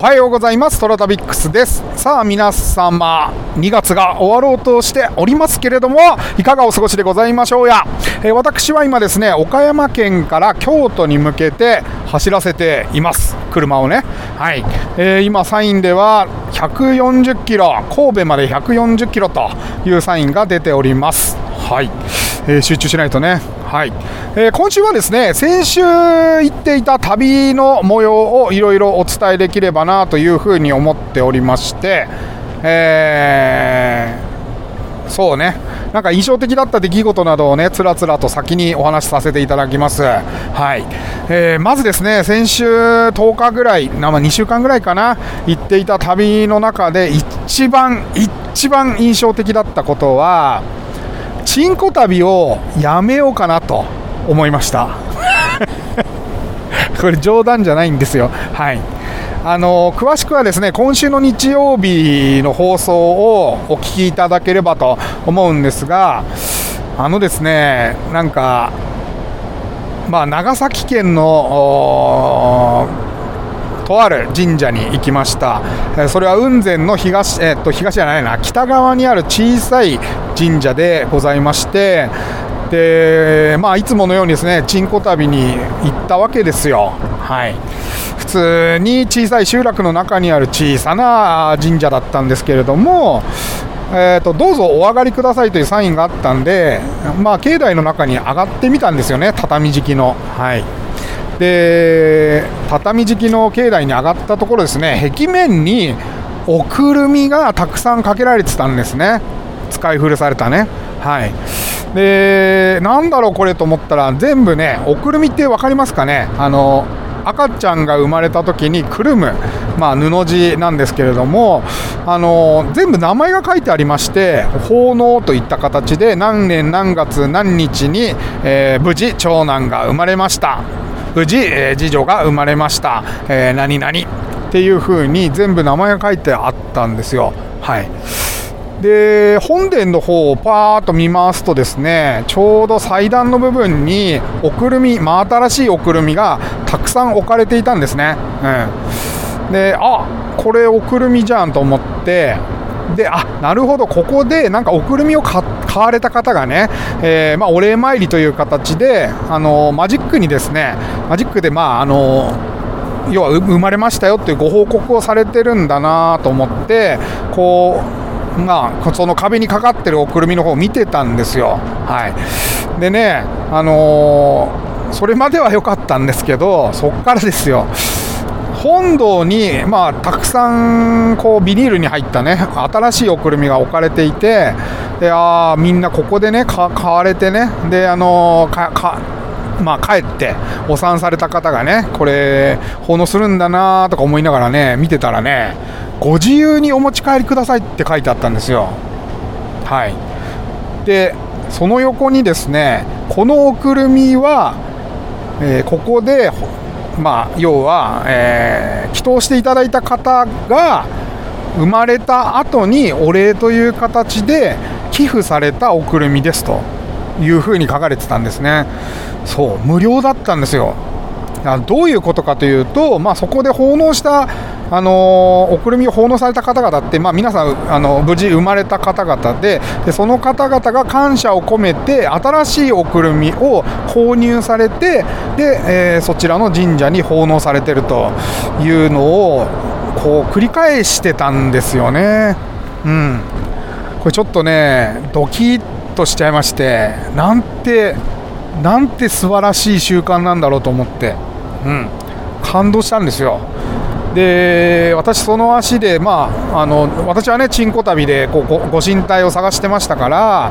おはようございます。トラタビックスです。さあ皆様、2月が終わろうとしておりますけれども、いかがお過ごしでございましょうや。私は今ですね、岡山県から京都に向けて走らせています。車をね。はい。今サインでは140キロ、神戸まで140キロというサインが出ております。はい。集中しないとね。はい。今週はですね、先週行っていた旅の模様をいろいろお伝えできればなというふうに思っておりまして、そうね、なんか印象的だった出来事などをね、つらつらと先にお話しさせていただきます。はい。まずですね、先週10日ぐらい、2週間ぐらいかな、行っていた旅の中で一番印象的だったことは、チンコ旅をやめようかなと思いましたこれ冗談じゃないんですよ。はい。詳しくはですね、今週の日曜日の放送をお聞きいただければと思うんですが、ですね、なんか長崎県のとある神社に行きました。それは雲仙の東じゃないな、北側にある小さい神社でございまして、で、いつものようにですね、チンコ旅に行ったわけですよ。はい。普通に小さい集落の中にある小さな神社だったんですけれども、どうぞお上がりくださいというサインがあったんで、境内の中に上がってみたんですよね、畳敷きの。はい。で、畳敷きの境内に上がったところですね、壁面におくるみがたくさんかけられてたんですね。使い古されたね。はい。で、なんだろうこれと思ったら、全部ね、おくるみって分かりますかね。赤ちゃんが生まれた時にくるむ、布地なんですけれども、全部名前が書いてありまして、奉納といった形で何年何月何日に、無事長男が生まれました、無事、次女が生まれました、何々っていう風に全部名前が書いてあったんですよ。はい。で、本殿の方をパーッと見ますとですね、ちょうど祭壇の部分におくるみ、真新しいおくるみがたくさん置かれていたんですね。で、これおくるみじゃんと思って、で、なるほど、ここでなんかおくるみを買われた方がね、お礼参りという形でマジックにですね、マジックで要は生まれましたよっていうご報告をされてるんだなと思って、こうその壁にかかってるおくるみの方を見てたんですよ。はい。でね、それまでは良かったんですけど、そっからですよ。本堂にたくさんこうビニールに入ったね、新しいおくるみが置かれていて、で、みんなここでね買われてね、で帰ってお産された方がね、これ奉納するんだなとか思いながらね見てたらね、ご自由にお持ち帰りくださいって書いてあったんですよ。はい。で、その横にですね、このおくるみは、ここで要は、祈祷していただいた方が生まれた後にお礼という形で寄付されたおくるみですというふうに書かれてたんですね。そう、無料だったんですよ。どういうことかというと、そこで奉納したおくるみを奉納された方々って、皆さん無事生まれた方々で、その方々が感謝を込めて新しいおくるみを購入されて、で、そちらの神社に奉納されてるというのをこう繰り返してたんですよね。これちょっとねドキッとしちゃいまして、なんて素晴らしい習慣なんだろうと思って、感動したんですよ。で、私その足で、私はねチンコ旅でご神体を探してましたから、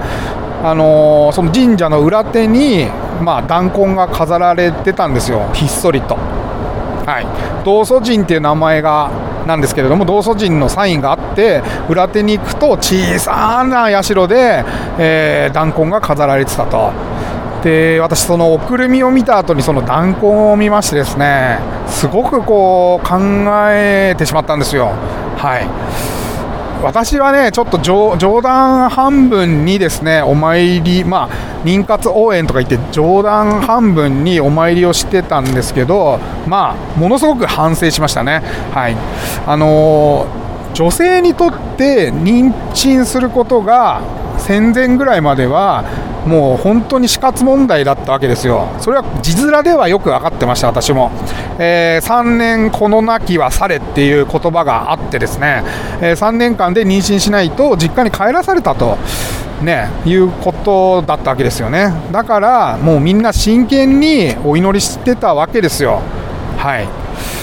その神社の裏手に弾痕が飾られてたんですよ、ひっそりと。はい。道祖神っていう名前なんですけれども、道祖神のサインがあって、裏手に行くと小さな社で、弾痕が飾られてたと。で、私そのおくるみを見た後にその弾痕を見ましてですね、すごくこう考えてしまったんですよ。はい。 私はねちょっと冗談半分にですねお参り、妊活応援とか言って冗談半分にお参りをしてたんですけど、ものすごく反省しましたね。はい、女性にとって妊娠することが戦前ぐらいまではもう本当に死活問題だったわけですよ。それは字面ではよく分かってました、私も。3年子の亡きはされっていう言葉があってですね、3年間で妊娠しないと実家に帰らされたと、いうことだったわけですよね。だからもうみんな真剣にお祈りしてたわけですよ。はい。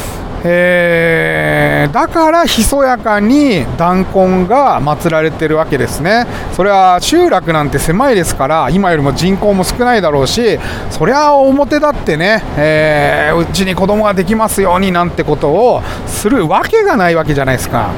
だからひそやかに弾痕が祀られてるわけですね。それは集落なんて狭いですから今よりも人口も少ないだろうし、そりゃ表だってね、うちに子供ができますようになんてことをするわけがないわけじゃないですか。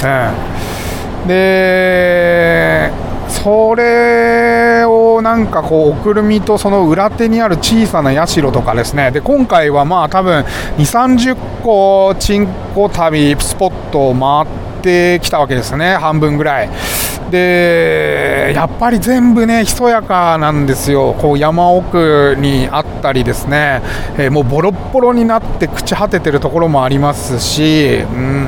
でそれをなんかこうおくるみとその裏手にある小さな社とかですね、で今回は多分2、30個チンコ旅スポットを回ってきたわけですね、半分ぐらいで。やっぱり全部ねひそやかなんですよ。こう山奥にあったりですね、もうボロッボロになって朽ち果ててるところもありますし、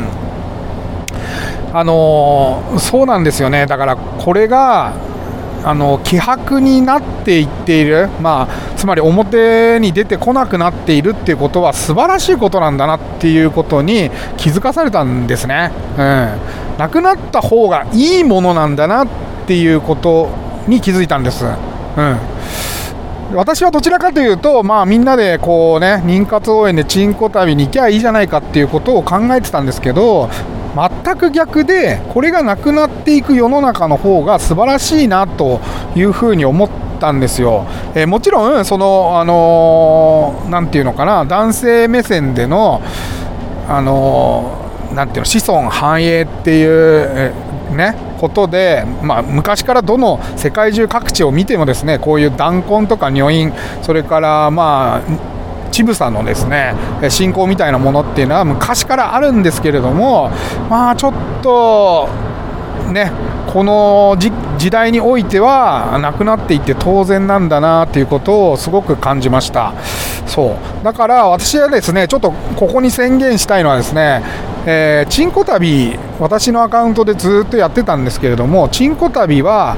そうなんですよね。だからこれが希薄になっていっている、つまり表に出てこなくなっているっていうことは素晴らしいことなんだなっていうことに気づかされたんですね。なくなった方がいいものなんだなっていうことに気づいたんです。私はどちらかというと、みんなでこうね妊活応援でチンコ旅に行きゃいいじゃないかっていうことを考えてたんですけど、全く逆でこれがなくなっていく世の中の方が素晴らしいなというふうに思ったんですよ。もちろんそのなんていうのかな、男性目線でのなんていうの子孫繁栄っていうことで、昔からどの世界中各地を見てもですね、こういう弾痕とか女院、それから乳房のですね信仰みたいなものっていうのは昔からあるんですけれども、ちょっとねこの時代においてはなくなっていって当然なんだなということをすごく感じました。そうだから私はですねちょっとここに宣言したいのはですね、チンコ旅私のアカウントでずっとやってたんですけれども、チンコ旅は、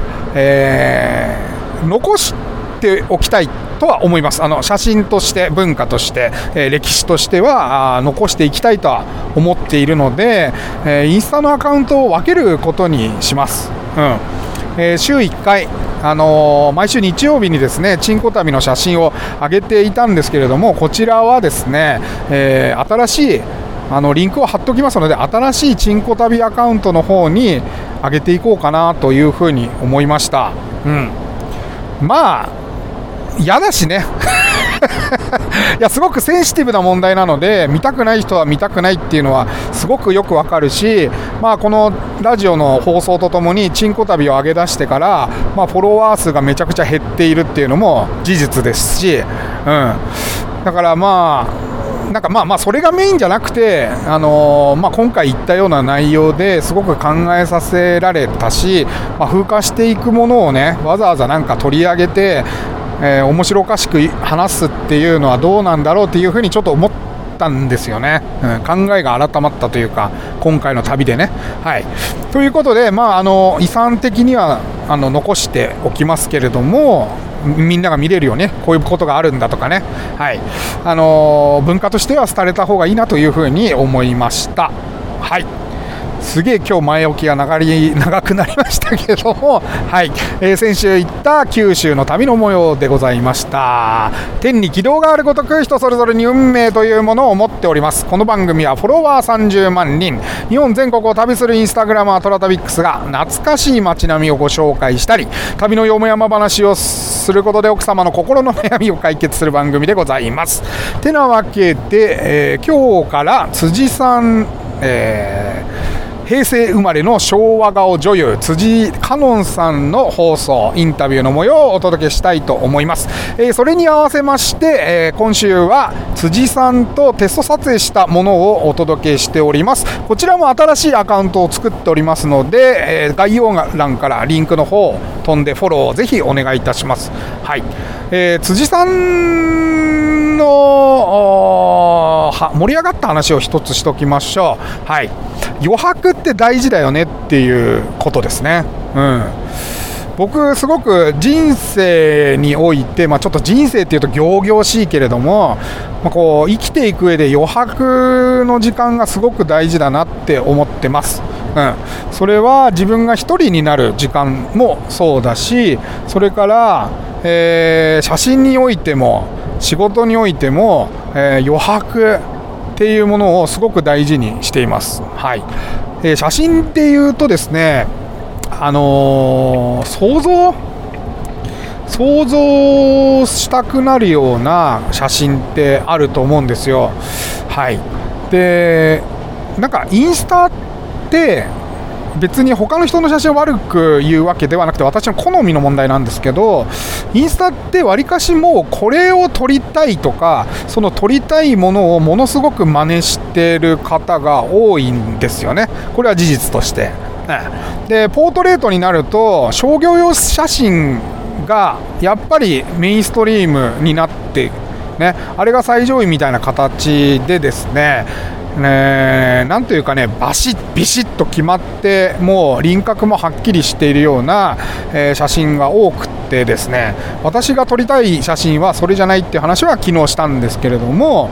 残しておきたいとは思います。写真として文化として、歴史としては残していきたいとは思っているので、インスタのアカウントを分けることにします。週1回毎週日曜日にですねチンコ旅の写真を上げていたんですけれども、こちらはですね、新しいリンクを貼っておきますので、新しいチンコ旅アカウントの方に上げていこうかなというふうに思いました。嫌だしねいやすごくセンシティブな問題なので、見たくない人は見たくないっていうのはすごくよくわかるし、このラジオの放送とともにチンコ旅を上げ出してから、フォロワー数がめちゃくちゃ減っているっていうのも事実ですし、だからなんかそれがメインじゃなくて、今回言ったような内容ですごく考えさせられたし、風化していくものをねわざわざなんか取り上げて、面白おかしく話すっていうのはどうなんだろうっていうふうにちょっと思ったんですよね。考えが改まったというか今回の旅でね。ということで、遺産的には残しておきますけれども、みんなが見れるようにこういうことがあるんだとかね、文化としては廃れた方がいいなというふうに思いました。すげえ今日前置きが長くなりましたけども、先週行った九州の旅の模様でございました。天に軌道があるごとく人それぞれに運命というものを持っております。この番組はフォロワー30万人、日本全国を旅するインスタグラマートラタビックスが懐かしい街並みをご紹介したり、旅のよもやま話をすることで奥様の心の悩みを解決する番組でございます。てなわけで、今日から辻さん、 平成生まれの昭和顔女優辻香音さんの放送インタビューの模様をお届けしたいと思います。それに合わせまして、今週は辻さんとテスト撮影したものをお届けしております。こちらも新しいアカウントを作っておりますので、概要欄からリンクの方を飛んでフォローをぜひお願いいたします。はい、辻さんの盛り上がった話を一つしておきましょう。はい、余白って大事だよねっていうことですね。僕すごく人生において、ちょっと人生っていうと仰々しいけれども、こう生きていく上で余白の時間がすごく大事だなって思ってます。それは自分が一人になる時間もそうだし、それから、写真においても仕事においても、余白っていうものをすごく大事にしています。はい、写真っていうとですね、想像したくなるような写真ってあると思うんですよ。はい、でなんかインスタって別に他の人の写真を悪く言うわけではなくて、私の好みの問題なんですけど、インスタってわりかしもうこれを撮りたいとか、その撮りたいものをものすごく真似してる方が多いんですよね。これは事実として。でポートレートになると商業用写真がやっぱりメインストリームになってね、あれが最上位みたいな形でですね、なんというかね、ビシッと決まってもう輪郭もはっきりしているような、写真が多くてですね、私が撮りたい写真はそれじゃないっていう話は昨日したんですけれども、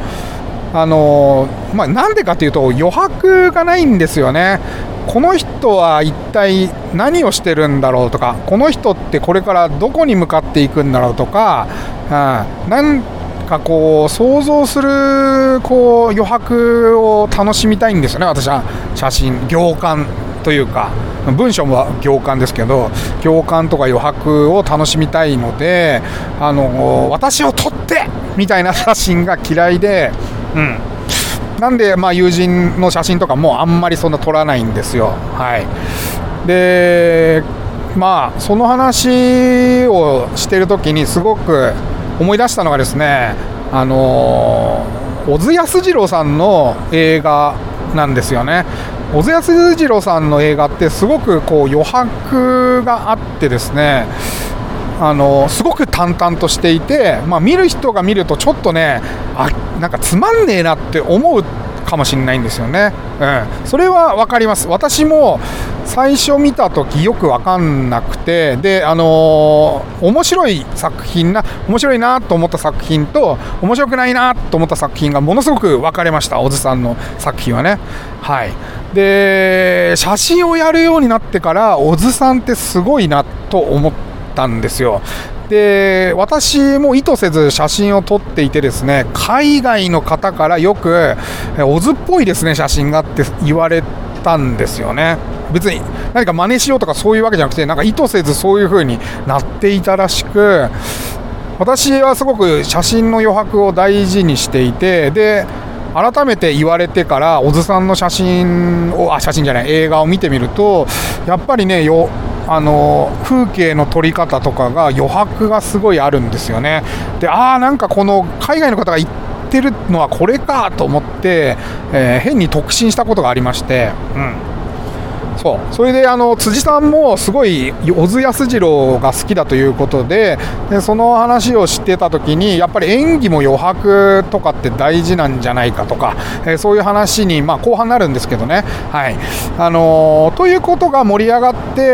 なんでかというと余白がないんですよね。この人は一体何をしてるんだろうとか、この人ってこれからどこに向かっていくんだろうとか、なんかこう想像するこう余白を楽しみたいんですよね。私は写真行間というか、文章も行間ですけど、行間とか余白を楽しみたいので、私を撮ってみたいな写真が嫌いで、なんで友人の写真とかもあんまりそんな撮らないんですよ。はい、でその話をしている時にすごく思い出したのがですね、小津安二郎さんの映画なんですよね。小津安二郎さんの映画ってすごくこう余白があってですね、すごく淡々としていて、見る人が見るとちょっとね、なんかつまんねえなって思うかもしれないんですよね。それは分かります。私も最初見た時よく分かんなくて、で面白いなと思った作品と面白くないなと思った作品がものすごく分かれました。小津さんの作品はね。はい、で写真をやるようになってから小津さんってすごいなと思ったんですよ。で私も意図せず写真を撮っていてですね、海外の方からよく小津っぽいですね写真がって言われたんですよね。別に何か真似しようとかそういうわけじゃなくて、なんか意図せずそういう風になっていたらしく、私はすごく写真の余白を大事にしていて、で改めて言われてから小津さんの映画を見てみると、やっぱりね風景の撮り方とかが余白がすごいあるんですよね。でなんかこの海外の方が言ってるのはこれかと思って、変に得心したことがありまして、それで辻さんもすごい小津安二郎が好きだということで、その話をしてた時に、やっぱり演技も余白とかって大事なんじゃないかとか、そういう話に後半になるんですけどね。はい、ということが盛り上がって、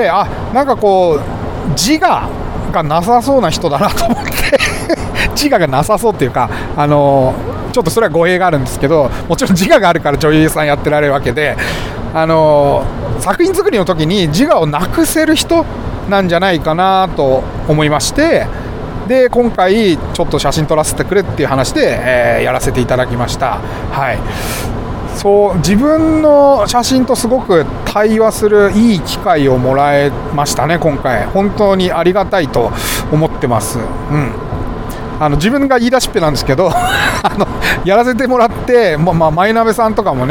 なんかこう自我がなさそうな人だなと思って自我がなさそうっていうか、ちょっとそれは語弊があるんですけど、もちろん自我があるから女優さんやってられるわけで、作品作りの時に自我をなくせる人なんじゃないかなと思いまして、で今回ちょっと写真撮らせてくれっていう話で、やらせていただきました。はい、そう自分の写真とすごく対話するいい機会をもらえましたね。今回本当にありがたいと思ってます。自分が言い出しっぺなんですけどやらせてもらって、舞鍋さんとかもね、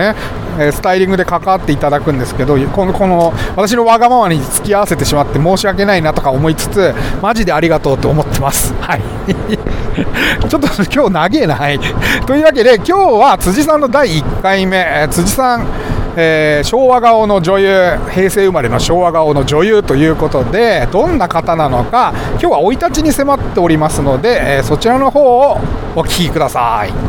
スタイリングで関わっていただくんですけど、この私のわがままに付き合わせてしまって申し訳ないなとか思いつつ、マジでありがとうと思ってます。はい。ちょっと今日長えな。はい。というわけで今日は辻さんの第1回目、辻さん、昭和顔の女優、平成生まれの昭和顔の女優ということで、どんな方なのか今日は生い立ちに迫っておりますので、そちらの方をお聞きください。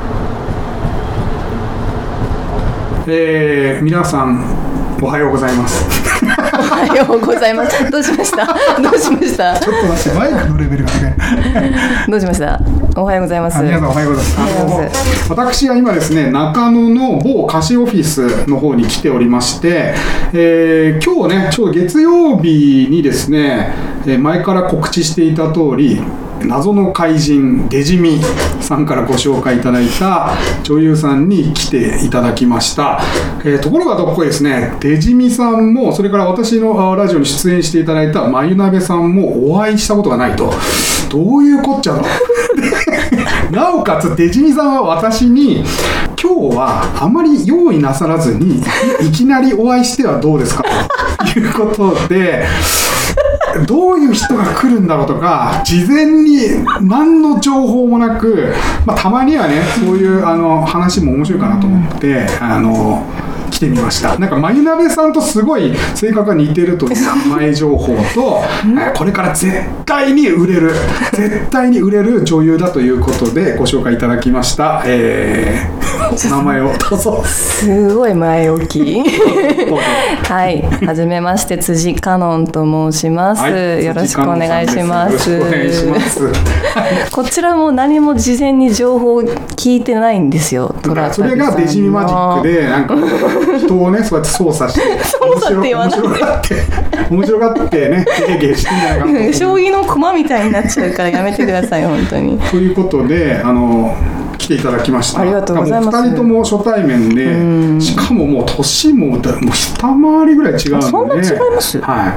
皆さんおはようございます。 おはようございます。どうしました？どうしました？ ちょっと待って、マイクのレベルがね。 どうしました？おはようございます。 皆さんおはようございます。私は今ですね、中野の某貸しオフィスの方に来ておりまして、今日ね、ちょうど月曜日にですね、前から告知していた通り、謎の怪人デジミさんからご紹介いただいた女優さんに来ていただきました。ところがどっこいですね、デジミさんも、それから私のラジオに出演していただいたまゆなべさんもお会いしたことがないと。どういうこっちゃのなおかつデジミさんは私に、今日はあまり用意なさらずにいきなりお会いしてはどうですかということで、どういう人が来るんだろうとか、事前に何の情報もなく、たまにはね、そういう話も面白いかなと思って来てみました。なんかまゆなべさんとすごい性格が似てるという前情報とこれから絶対に売れる女優だということでご紹介いただきました。名前をどうぞ。 すごい前置きはい、はじめまして、辻香音と申します、はい、よろしくお願いします。こちらも何も事前に情報を聞いてないんですよ。 それがデジミマジックで、なんか人をね、そうやって操作して面白がってね、ゲゲしてんじゃないかな将棋の駒みたいになっちゃうからやめてください本当に。 ということで来ていただきました。 ありがとうございます。 2人とも初対面で、しかももう年も一回りぐらい違うので。 そんな違います？ はい。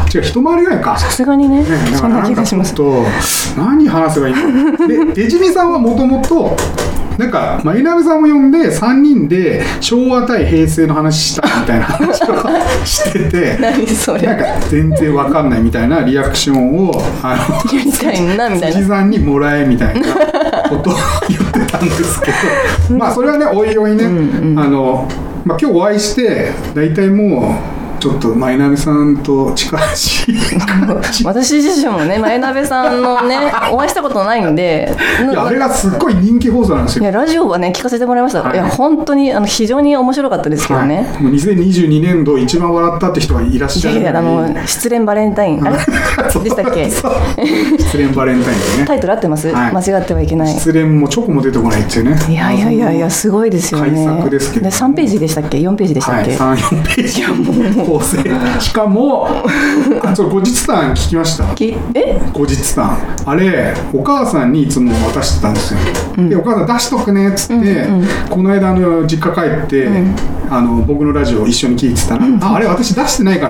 違う、一回りぐらいか。 さすがにね。そんな気がします。 何話せばいいの？で、デジミさんはもともとなんかまゆなべさんも呼んで3人で昭和対平成の話したみたいな話をしてて何それ、 なんか全然わかんないみたいなリアクションをやりたいなみたいな、 辻さんにもらえみたいなことを言ってたんですけどそれはね、おいおいね、今日お会いして大体もうちょっとまゆなべさんと近しい私自身もね、まゆなべさんのねお会いしたことないんでいや、あれがすっごい人気放送なんですよ。 いや、ラジオはね聞かせてもらいました、はい、いや本当に非常に面白かったですけどね、はい、 2022年度一番笑ったって人がいらっしゃる。いや失恋バレンタインあれでしたっけ失恋バレンタインね。 タイトル合ってます、はい、間違ってはいけない。 失恋もチョコも出てこないっていうね。 いやすごいですよね。 改作ですけど、 で3ページでしたっけ、4ページでしたっけ、 はい、3、4ページ。いやもうしかも後日談聞きました？後日談あれお母さんにいつも渡してたんですよ、でお母さん出しとくねっつって、この間実家帰って、僕のラジオ一緒に聞いてたら、あれ私出してないから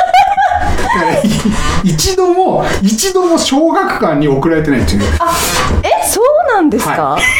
一度も小学館に送られてないっていう。 そうなんですか、はい、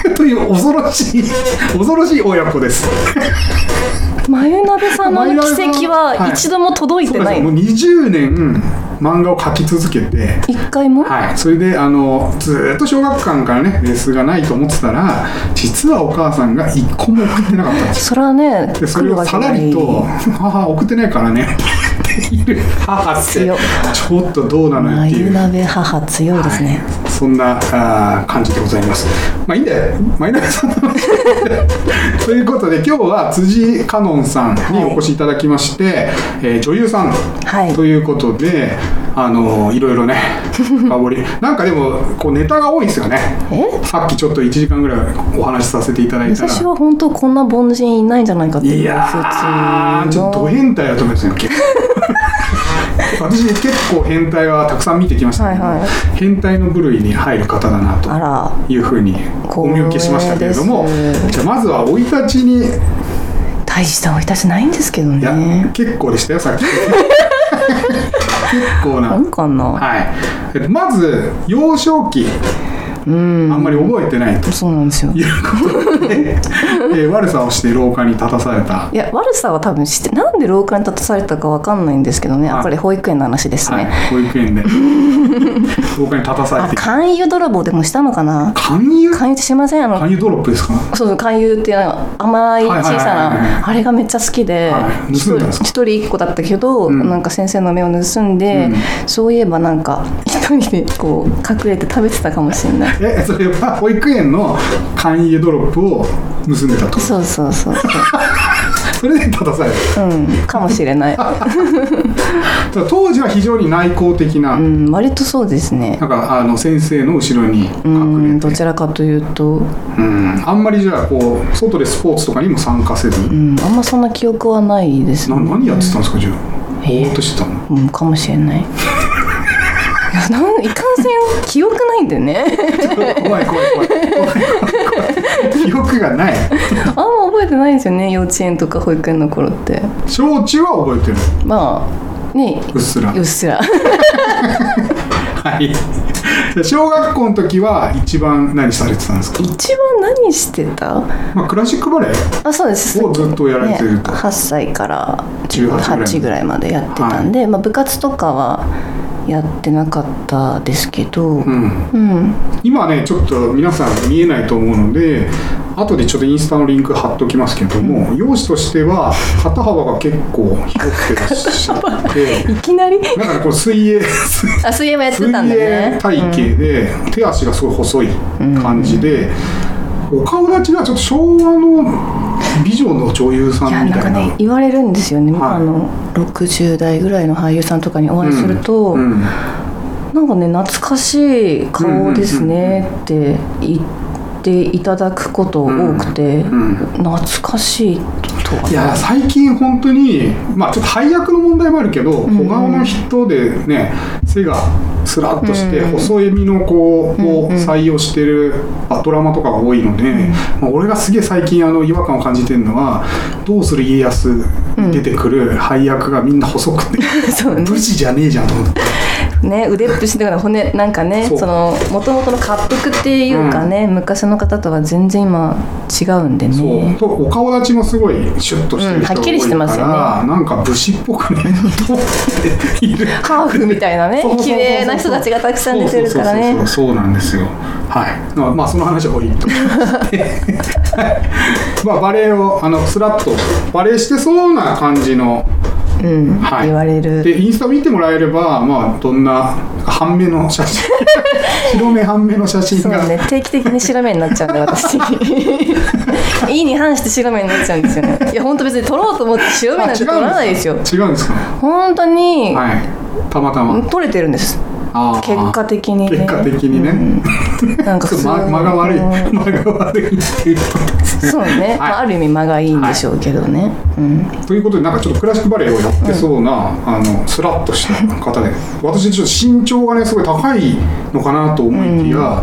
という恐ろしい親子です。 まゆなべさんの奇跡は一度も届いてない、 もう20年漫画を描き続けて 1回も、 はい、それでずっと小学館からねレースがないと思ってたら、実はお母さんが1個も送ってなかったんですよ。 それはね、 でそれをさらりと母送ってないからねっている母ってちょっとどうなのよっていう。 まゆなべ母強いですね、 はい、そんな感じでございます。まあいいんだよ、まゆなべさんということで今日は辻香音さんにお越しいただきまして、女優さんということで、いろいろね深掘りなんかでもこうネタが多いですよね。さっきちょっと1時間ぐらいお話しさせていただいたら、 私は本当こんな凡人いないんじゃないかっていう。 いやーちょっとド変態だと思いますよ私結構変態はたくさん見てきましたけど、変態の部類に入る方だなというふうにお見受けしましたけれども、じゃあまずは生い立ちに。 大した生い立ちないんですけどね。 いや結構でしたよさっき結構な。 なんかな、 はい、まず幼少期あんまり覚えてないとそうなんですよ。 いうことで、悪さをして廊下に立たされた。 いや悪さは多分してなんで廊下に立たされたかわかんないんですけどね、これ保育園の話ですね、 保育園で廊下に立たされて勧誘泥棒でもしたのかな。 勧誘ってしません？ 勧誘ドロップですか？ そう勧誘って甘い小さなあれがめっちゃ好きで、 盗んだんですか？ 一人一個だったけど、なんか先生の目を盗んで、そういえばなんか一人でこう隠れて食べてたかもしれない。 それは保育園の勧誘ドロップを盗んでたと。 そうそれで立たされた、 かもしれない当時は非常に内向的な、 割とそうですね。 なんか先生の後ろに隠れて、 どちらかというと、 あんまりじゃあこう外でスポーツとかにも参加せず、 あんまそんな記憶はないですね。 何やってたんですか？じゃあぼーっとしてたの？ かもしれないいかんせん記憶ないんだよね怖い記憶がないあんま覚えてないんですよね、幼稚園とか保育園の頃って。 小中は覚えてる？ まあね、 うっすらはい。小学校の時は一番何されてたんですか？ 一番何してた？ クラシックバレエそうですをずっとやられてると、 8歳から18ぐらいまでやってたんで、部活とかはやってなかったですけど、 今ねちょっと皆さん見えないと思うので後でちょっとインスタのリンク貼っときますけども、容姿としては肩幅が結構広くてらっしゃっていきなりなんかこう水泳もやってたんだね。 水泳体型で、手足がすごい細い感じで、お顔立ちがちょっと昭和の美女の女優さんみたいな。 なんかね言われるんですよね、60代ぐらいの俳優さんとかにお会いすると、なんかね懐かしい顔ですねって言っていただくこと多くて、懐かしいとは、 いや最近本当にちょっと配役の問題もあるけど、小顔の人でね背がスラッとして細い身の子を採用してるドラマとかが多いので、俺がすげえ最近違和感を感じてるのは「どうする家康」に出てくる配役がみんな細くて、武士じゃねえじゃんと思って。 ね、腕っぷしだから骨なんかね、その元々の滑腹っていうかね、昔の方とは全然今違うんでね。 そうお顔立ちもすごいシュッとしてる人が多いから、 はっきりしてますよね。 なんか武士っぽくねいるハーフみたいなね綺麗な人たちがたくさん出てるからね。 そうなんですよ。はい。その話は置いといてバレエをスラッとバレエしてそうな感じの、 言われる。 でインスタ見てもらえれば、どんな半目の写真白目半目の写真が、 そうね、定期的に白目になっちゃうんで私いいに反して白目になっちゃうんですよね。いや本当別に撮ろうと思って白目なんて撮らないですよ。 違うんですか？ 本当に、 たまたま撮れてるんです。結果的にね。 なんか間が悪いっていうことですね。 そうね、ある意味間がいいんでしょうけどね。 ということでなんかちょっとクラシックバレエをやってそうな、スラッとした方で、私ちょっと身長がねすごい高いのかなと思いきや、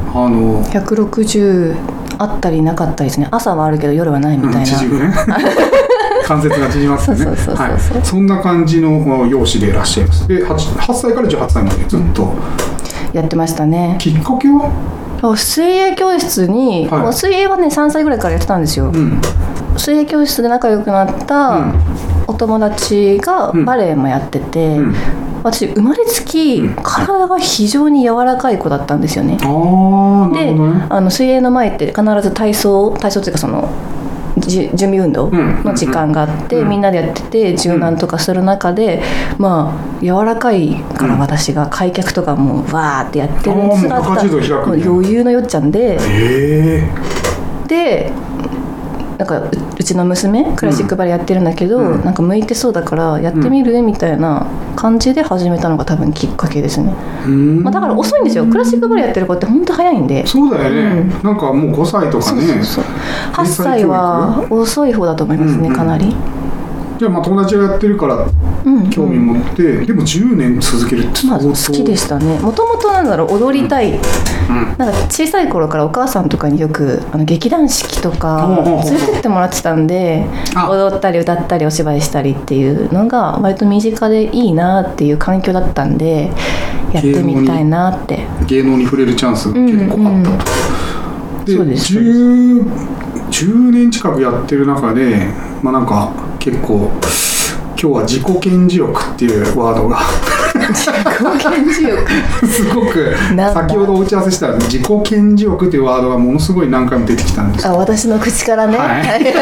160あったりなかったりですね。朝はあるけど夜はないみたいな。 縮むね関節が縮まってね。そんな感じの容姿でいらっしゃいます。で 8歳から18歳までずっとやってましたね。 きっかけは水泳教室に、水泳はね3歳ぐらいからやってたんですよ。水泳教室で仲良くなったお友達がバレエもやってて、私生まれつき体が非常に柔らかい子だったんですよね。で、水泳の前って必ず体操っていうかその準備運動の時間があって、みんなでやってて柔軟とかする中で、柔らかいから私が開脚とかもわーってやってる姿、余裕のよっちゃんで、でなんかうちの娘クラシックバレエやってるんだけど、なんか向いてそうだからやってみる、みたいな感じで始めたのが多分きっかけですね。だから遅いんですよ。クラシックバレエやってる子って本当早いんで。 そうだよね、なんかもう5歳とかね。 8歳は遅い方だと思いますね、かなり。 じゃあまあ友達がやってるから興味持って、でも10年続けるって相当、 好きでしたね。もともと踊りたい、なんか小さい頃からお母さんとかによく劇団四季とか連れてってもらってたんで、踊ったり歌ったりお芝居したりっていうのが割と身近でいいなっていう環境だったんで、やってみたいなって。 芸能に触れるチャンスが結構あったと。で、10年近くやってる中で、まあなんか結構今日は自己顕示欲っていうワードが自己顕示欲すごく先ほど打ち合わせした自己顕示欲っていうワードがものすごい何回も出てきたんです。 私の口からね、はいね、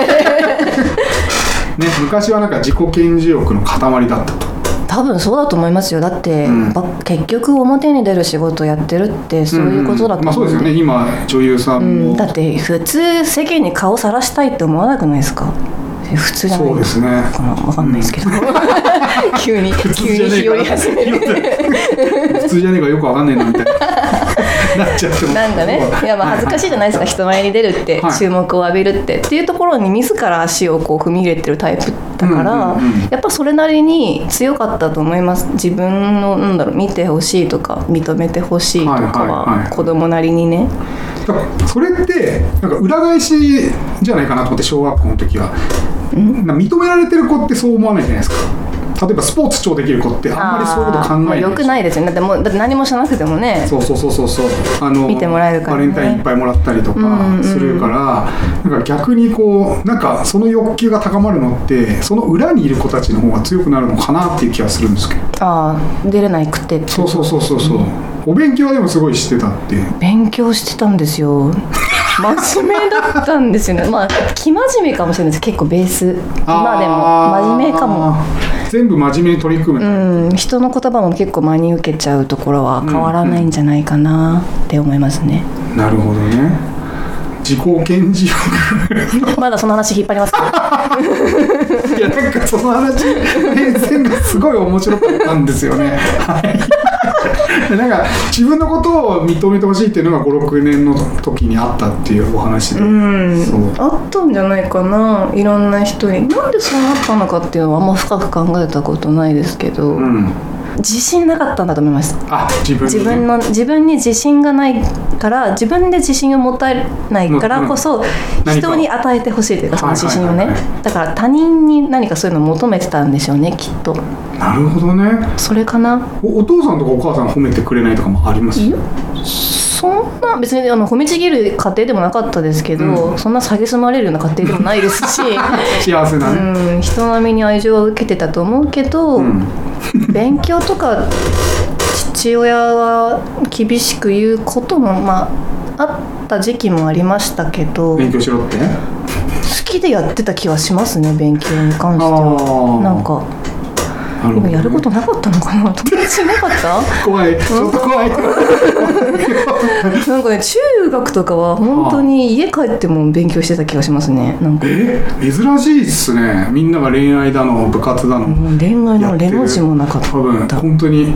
昔はなんか自己顕示欲の塊だったと。 多分そうだと思いますよ。だって、結局表に出る仕事をやってるってそういうことだと思う、 まあ、そうですよね。今女優さんも、 だって普通世間に顔さらしたいって思わなくないですか。普通じゃないですか。そうですね。 分かんないですけど急に日和り始める普通じゃねえかよく分かんねえなみたいななっちゃってもなんかね、いやまあ恥ずかしいじゃないですか人前に出るって、注目を浴びるっていうところに自ら足をこう踏み入れてるタイプだから、やっぱそれなりに強かったと思います。自分の見てほしいとか認めてほしいとかは子供なりにね。 それってなんか裏返しじゃないかなと思って、小学校の時は認められてる子ってそう思わないじゃないですか。例えばスポーツ超できる子ってあんまりそういうこと考えない。 よくないですよね。だって何もしなくてもね、 そう見てもらえるからね。 バレンタインいっぱいもらったりとかするから、なんか逆にこうなんかその欲求が高まるのってその裏にいる子たちの方が強くなるのかなっていう気がするんですけど。 出れないくて。 そう、お勉強はでもすごいしてたって。 勉強してたんですよ。真面目だったんですよね。まあ生真面目かもしれないです。結構ベース今でも真面目かも。 全部真面目に取り組む、 人の言葉も結構真に受けちゃうところは変わらないんじゃないかなって思いますね。 なるほどね。自己顕示欲まだその話引っ張りますかいやなんかその話全部すごい面白かったんですよねなんか自分のことを認めてほしいっていうのが 5,6 年の時にあったっていうお話で、 あったんじゃないかな。いろんな人になんでそうなったのかっていうのはあんま深く考えたことないですけど、自信なかったんだと思います。自分に自信がないから自分で自信を持たないからこそ人に与えてほしいというか、その自信をね、だから他人に何かそういうのを求めてたんでしょうね、きっと。 なるほどね。 それかな。 お父さんとかお母さん褒めてくれないとかもあります？ いや、そんな別に褒めちぎる家庭でもなかったですけど、そんな蔑まれるような家庭でもないですし幸せなね、 人並みに愛情は受けてたと思うけど、勉強とか父親は厳しく言うこともあった時期もありましたけど、 勉強しろって好きでやってた気はしますね。勉強に関してはなんか今やることなかったのかな。友達なかった怖い、ちょっと怖いなんかね、中学とかは本当に家帰っても勉強してた気がしますね。なんか珍しいっすね。みんなが恋愛だの部活だの、 恋愛のレの字もなかった。 多分本当に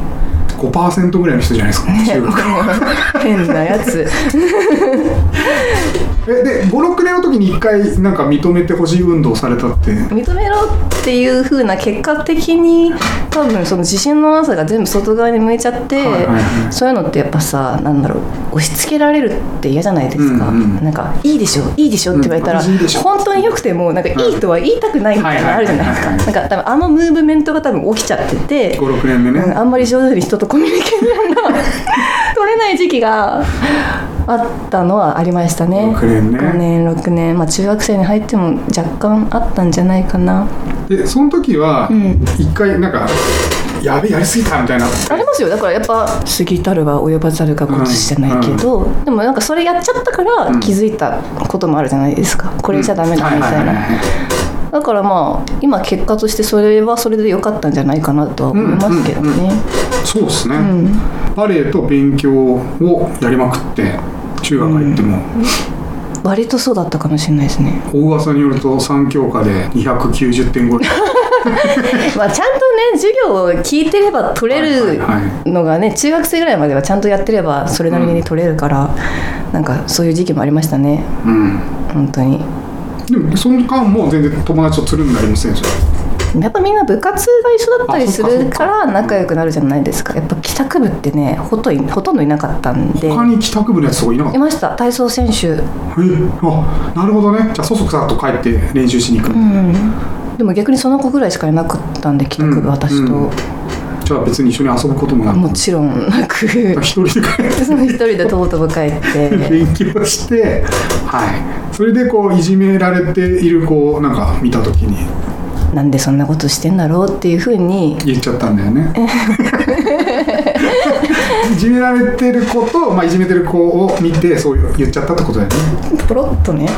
5% ぐらいの人じゃないですか、中学変なやつで 5,6 年の時に1回なんか認めてほしい運動されたって。 認めろっていう風な結果的に多分その自信のなさが全部外側に向いちゃって、そういうのってやっぱさ、なんだろう、押し付けられるって嫌じゃないですか、なんかいいでしょいいでしょって言われたら、本当によくてもなんかいいとは言いたくないみたいなのあるじゃないですか。なんか多分ムーブメントが多分起きちゃってて、 5,6 年でね、 あんまり上手に人とコミュニケーションが取れない時期があったのはありましたね。 6年ね、 5年6年、中学生に入っても若干あったんじゃないかな。 でその時は一回なんか、やべえやりすぎたみたいなありますよ。だからやっぱ過ぎたるは及ばざるが如しじゃないけど、でもなんかそれやっちゃったから気づいたこともあるじゃないですか、これじゃダメだみたいな。だから今結果としてそれはそれで良かったんじゃないかなとは思いますけどね。 そうですね、バレエと勉強をやりまくって中学入っても、 割とそうだったかもしれないですね。 大噂によると3教科で290点超えちゃんとね授業を聞いてれば取れるのがね、中学生ぐらいまではちゃんとやってればそれなりに取れるから、なんかそういう時期もありましたね、本当に。 でもその間も全然友達とつるんだりもせんじゃん。 やっぱみんな部活が一緒だったりするから仲良くなるじゃないですか。やっぱ帰宅部ってねほとんどいなかったんで。 他に帰宅部のやつとかいなかった？ いました。体操選手。 あ、なるほどね。じゃあそそくさっと帰って練習しに行く、 でも逆にその子ぐらいしかいなかったんで帰宅部、私と、 じゃあ別に一緒に遊ぶこともなく、 もちろんなく一人で帰ってその一人でとぼとぼ帰って勉強して、それでこういじめられている子なんか見たときに、 なんでそんなことしてんだろうっていうふうに言っちゃったんだよねいじめられてる子と、いじめてる子を見てそう言っちゃったってことだよね。 ポロッとね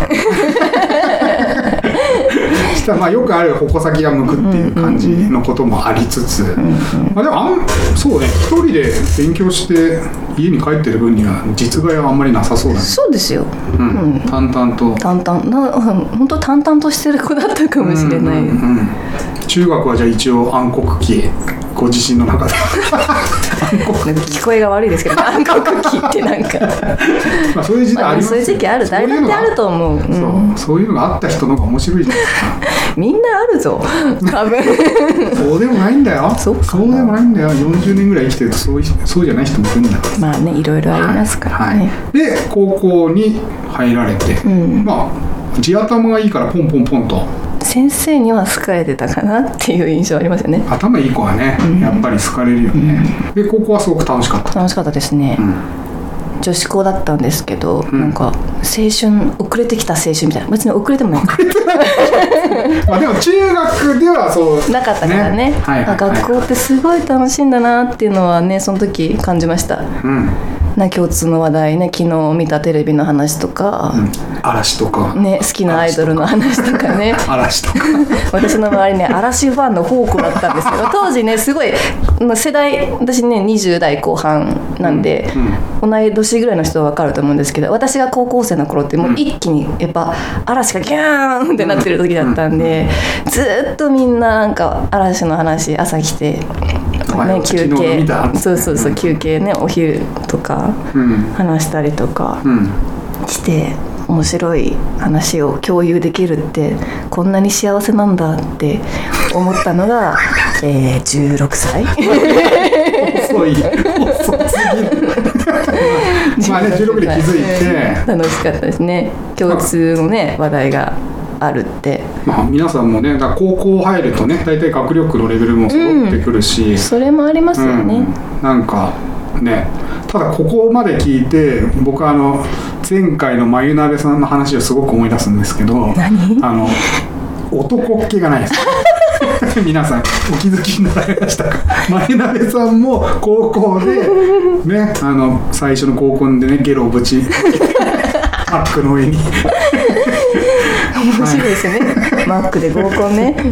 したらよくある矛先が向くっていう感じのこともありつつ、でもそうね、一人で勉強して家に帰ってる分には実害はあんまりなさそうだね。 そうですよ、 淡々と本当淡々としてる子だったかもしれない、 中学はじゃあ一応暗黒期、ご自身の中で聞こえが悪いですけど暗黒期ってなんかそういう時代ありますよ、 そういう時期ある、誰だってあると思う。 そういうのがあった人の方が面白いじゃないですかみんなあるぞ多分そうでもないんだよ。そうでもないんだよ。40年ぐらい生きてるとそうじゃない人もいるんだから。 まあね、いろいろありますからね、 で高校に入られて、地頭がいいからポンポンポンと先生には好かれてたかなっていう印象ありますよね。 頭いい子はね、やっぱり好かれるよね、で高校はすごく楽しかった。 楽しかったですね、女子校だったんですけど、なんか青春遅れてきた青春みたいな、別に遅れてもないでも中学ではそうなかったからね、学校ってすごい楽しいんだなっていうのはねその時感じました、共通の話題ね、昨日見たテレビの話とか、 嵐とかね、好きなアイドルの話とかね嵐とか私の周りね嵐ファンの宝庫だったんですけど、当時ねすごい世代、私ね20代後半なんで、同い年ぐらいの人は分かると思うんですけど、私が高校生の頃ってもう一気にやっぱ嵐がギャーンってなってる時だったんで、ずっとみんななんか嵐の話朝来て休憩、そう休憩ね、お昼とか話したりとかして、面白い話を共有できるってこんなに幸せなんだって思ったのが、16歳遅すぎる16で気づいて楽しかったですね。共通のね話題があるって、 皆さんもね、だから高校入るとね大体学力のレベルも揃ってくるし、 それもありますよね、 なんかね、ただここまで聞いて僕は前回の眉鍋さんの話をすごく思い出すんですけど、男っ気がないです皆さんお気づきになられましたか？眉鍋さんも高校でね、最初の合コンでねゲロをぶちマックの上に面白いですよね、マックで合コンね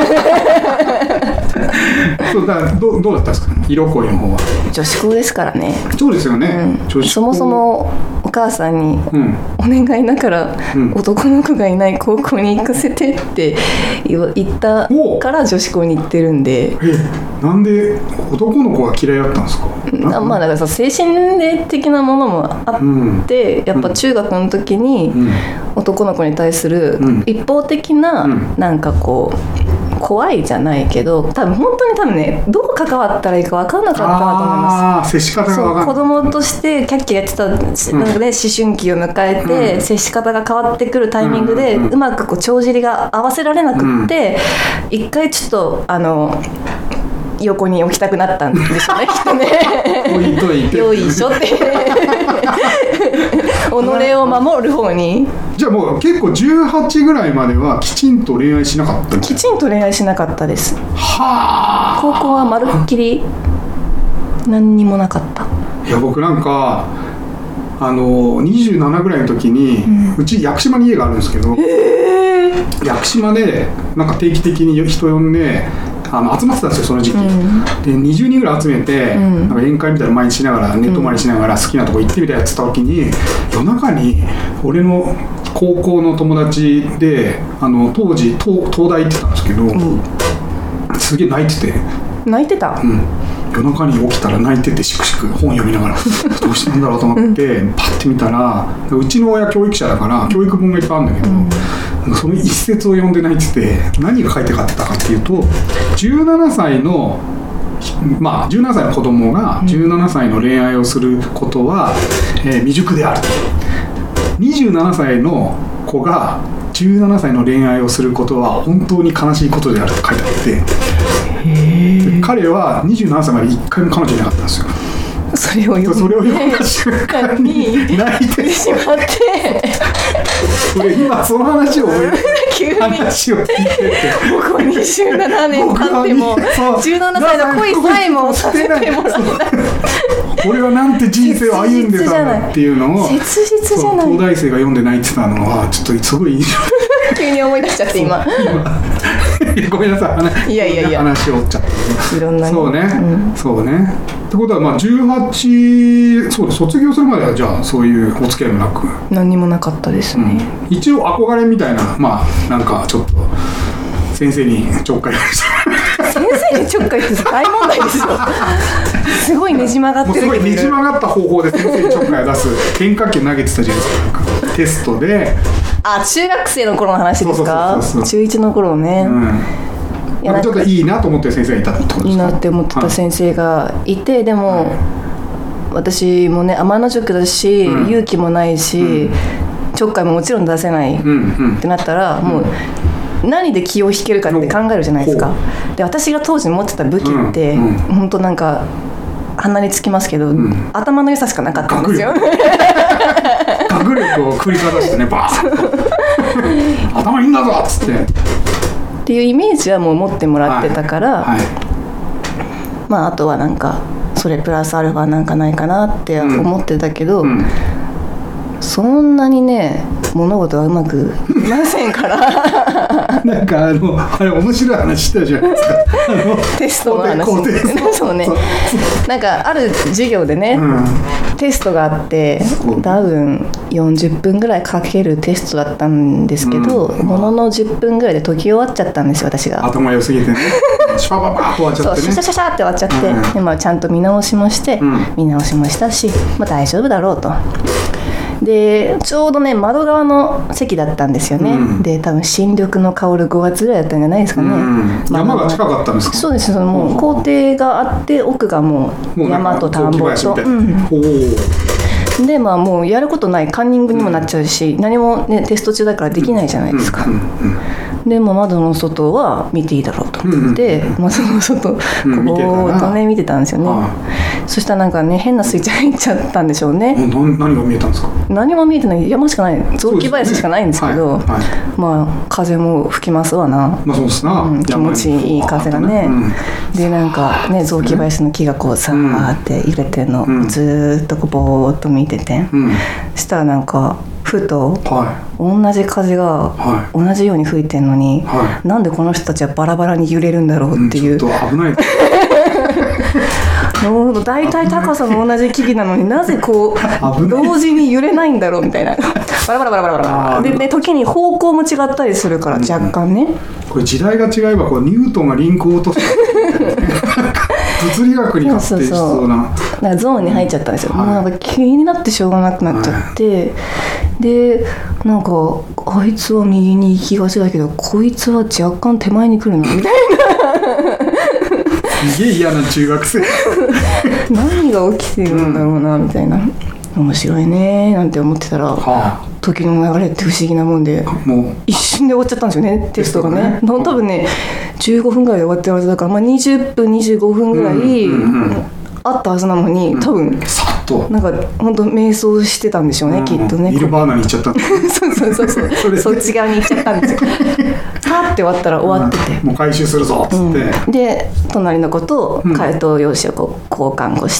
そうだからどうだったんですか、色恋の方は。 女子校ですからね。 そうですよね、 そもそもお母さんに、お願いだから、男の子がいない高校に行かせてって言ったから女子校に行ってるんで。 なんで男の子が嫌いだったんですか？ だからさ、精神年齢的なものもあって、やっぱ中学の時に男の子に対する一方的な、なんかこう怖いじゃないけど、本当にね、どう関わったらいいか分からなかったなと思います。 接し方が分からない。 子供としてキャッキャやってた、なんかね、思春期を迎えて、接し方が変わってくるタイミングで、うまく帳尻が合わせられなくって、一回ちょっと横に置きたくなったんですよね、きっとね。 置いといて。 よいしょって己を守る方に。 じゃあもう結構18ぐらいまではきちんと恋愛しなかったんですか？ きちんと恋愛しなかったです。 はあ。 高校はまるっきり何にもなかった。 いや僕なんか27ぐらいの時に、うち屋久島に家があるんですけど、屋久島でなんか定期的に人呼んで集まってたんですよ、その時期、で20人ぐらい集めて、なんか宴会みたいなの毎日しながら寝泊まりしながら好きなとこ行ってみたいなやってた時に、夜中に俺の高校の友達で当時東大行ってたんですけど、すげえ泣いてた、夜中に起きたら泣いててしくしく本読みながらどうしたんだろうと思って、パッて見たら、うちの親教育者だから教育本がいっぱいあるんだけど、 その一節を読んでないって言って何が書いてあったかっていうと、17歳の17歳の子供が17歳の恋愛をすることは、未熟である。27歳の子が17歳の恋愛をすることは本当に悲しいことであると書いてあって、彼は27歳まで一回も彼女いなかったんですよ。 それを読んだ瞬間に泣いてしまって俺今その話を急に話を聞いてて、 僕は27年経っても17歳の恋さえもさせてもらえない俺はなんて人生を歩んでたんだっていうのを切実じゃない。 東大生が読んで泣いてたのはちょっとすごい急に思い出しちゃって今ごめんなさい、 いや話を折っちゃったいろんなそうね、そうね。ってことは18、そう卒業するまではじゃあそういうお付き合いもなく何にもなかったですね、 一応憧れみたいな、なんかちょっと先生にちょっかい先生にちょっかいって大問題ですよすごいねじ曲がってるけど、 すごいねじ曲がった方法で先生にちょっかいを出す変化球投げてたじゃないですか、なんかテストで。 中学生の頃の話ですか。中1の頃ね、 ちょっといいなと思ってる先生がいたってことですか。 いいなって思ってた先生がいて、でも、私もね天の塾だし、勇気もないし、ちょっかいももちろん出せない、ってなったらもう何で気を引けるかって考えるじゃないですか。で私が当時持ってた武器って、本当なんか鼻につきますけど、頭の良さしかなかったんですよ学力を繰り返してね、バーッ頭いいんだぞっつっていうイメージはもう持ってもらってたから、あとはなんかそれプラスアルファなんかないかなって思ってたけど、そんなにね物事はうまくいきませんからなんかあれ面白い話してたじゃないですかテストの話そうね、なんかある授業でね、テストがあって多分40分ぐらいかけるテストだったんですけど、ものの10分ぐらいで解き終わっちゃったんですよ私が。 頭良すぎてねシャババーッと終わっちゃってね、 そうシャシャシャって終わっちゃって、でちゃんと見直しもして、見直しもしたし、大丈夫だろうと。でちょうどね窓側の席だったんですよね、で多分新緑の香る5月ぐらいだったんじゃないですかね、 山が近かったんですか。 そうです。もう校庭があって奥がもう山と田んぼと、でもうやることないカンニングにもなっちゃうし、何もねテスト中だからできないじゃないですか、でも窓の外は見ていいだろうと思って、窓の外ぼーっとね見てたんですよね、そしたらなんかね変なスイッチ入っちゃったんでしょうね。 何が見えたんですか。 何も見えてない、山しかない、雑木林しかないんですけど、風も吹きますわな、 そうですな、 気持ちいい風がね、でなんかね雑木林の木がこうさーって揺れてるのをずーっとこうぼーっと見てて、したらなんかふと、同じ風が同じように吹いてるのに、なんでこの人たちはバラバラに揺れるんだろうっていう、 ちょっと危ない大体高さの同じ木々なのになぜこう同時に揺れないんだろうみたいなバラバラバラバラバラでね、時に方向も違ったりするから若干ね、 これ時代が違えばこうニュートンがリンクを落とした物理学に発展しそうな、 なんかゾーンに入っちゃったんですよ、もうなんか気になってしょうがなくなっちゃって、でなんかあいつは右に行きがちだけどこいつは若干手前に来るのみたいなすげえ嫌な中学生何が起きてるんだろうなみたいな、面白いねなんて思ってたら、時の流れって不思議なもんでもう一瞬で終わっちゃったんですよね、テストがね。多分ね15分ぐらいで終わってるはずだから、20分25分ぐらいあったはずなのに、多分さっとなんか本当瞑想してたんでしょうね、きっとね。 ニルバーナに行っちゃったそうそっち側に行っちゃったんですよパーって終わったら終わってて、 もう回収するぞっつって、 で隣の子と回答用紙をこう交換をして、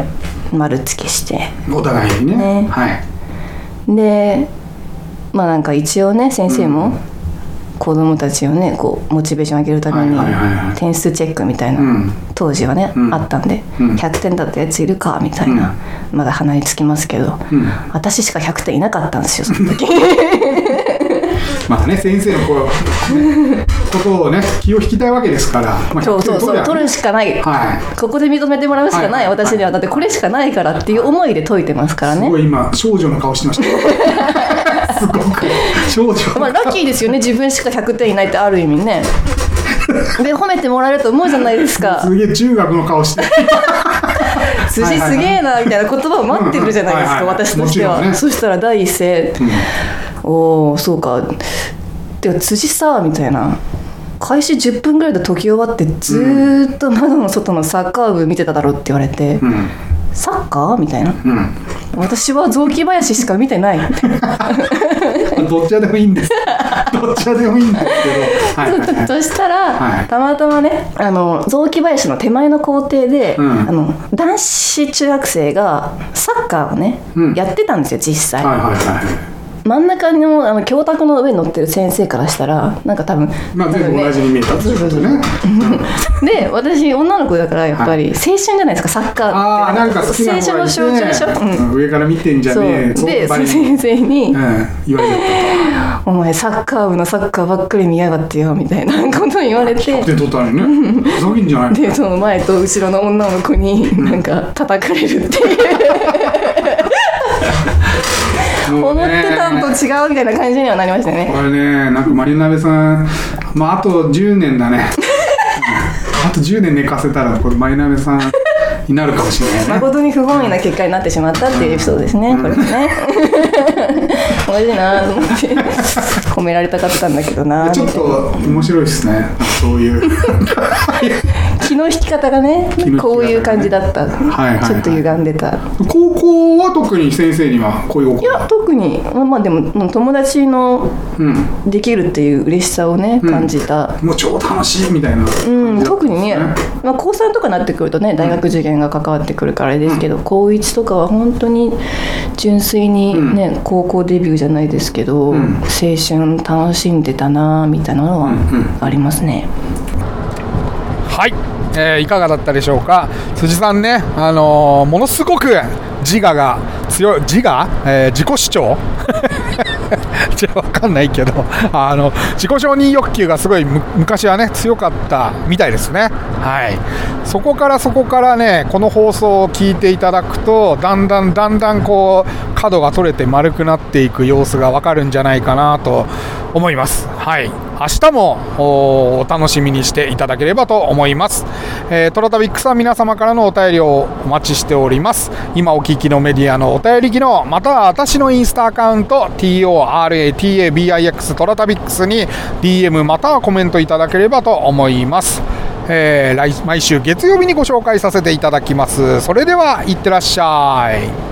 丸付けしてお互いにね、 でなんか一応ね先生も子供たちをねこうモチベーション上げるために点数チェックみたいな、当時はね、あったんで、100点だったやついるかみたいな、まだ鼻につきますけど、私しか100点いなかったんですよその時先生のことをね気を引きたいわけですから、 そう取るしかない、ここで認めてもらうしかない、私にはだってこれしかないからっていう思いで解いてますからね。 すごい今少女の顔してましたすごく少女まあラッキーですよね、自分しか100点いないってある意味ね。で褒めてもらえると思うじゃないですか。 すげえ中学の顔して辻すげえなみたいな言葉を待ってるじゃないですか、私としては、ね、そしたら第一声、おおそうか、てか辻さみたいな、開始10分ぐらいで解き終わってずーっと窓の外のサッカー部見てただろって言われて、サッカーみたいな、私は雑木林しか見てないどっちでもいいんですどっちでもいいんですけど、 そしたら、たまたまね雑木林の手前の校庭で、男子中学生がサッカーをね、やってたんですよ実際。真ん中の教卓の上に乗ってる先生からしたらなんか多分全部同じに見えたってことね。 で私女の子だからやっぱり青春じゃないですか、サッカーって。 なんか好きな子がいて、 青春の象徴でしょ、 上から見てんじゃねえで先生に、 言われちゃったお前サッカー部のサッカーばっかり見やがってよみたいなことを言われて、 で途端にねふざけんじゃないでその前と後ろの女の子になんか叩かれるっていう思ってたんと違うみたいな感じにはなりましたね。 これね、なんかマリナベさん、あと10年だねあと10年寝かせたらこれマリナベさんになるかもしれないね。 誠に不本意な結果になってしまったっていうエピソードですね、これもね面白いなと思って褒められたかったんだけどな。 ちょっと面白いですね、そういう気の引き方がね、こういう感じだった、ちょっと歪んでた。 高校は特に先生には恋心？ いや特に、まあでも友達のできるっていう嬉しさをね、感じた。 もう超楽しいみたいな、 特にね、高3とかになってくるとね、大学受験が関わってくるからあれですけど、高1とかは本当に純粋にね、高校デビューじゃないですけど、青春楽しんでたなみたいなのはありますね。 はい、いかがだったでしょうか。辻さんね、ものすごく自我が強い、自己主張じゃあ分かんないけど自己承認欲求がすごい昔はね強かったみたいですね。はい、そこからねこの放送を聞いていただくとだんだんこう角が取れて丸くなっていく様子が分かるんじゃないかなと思います。はい、明日もお楽しみにしていただければと思います。トラタビックスは皆様からのお便りをお待ちしております。今お聞きのメディアのお便り機能、または私のインスタアカウント TORATABIX トラタビックスに DM またはコメントいただければと思います。毎週月曜日にご紹介させていただきます。それではいってらっしゃい。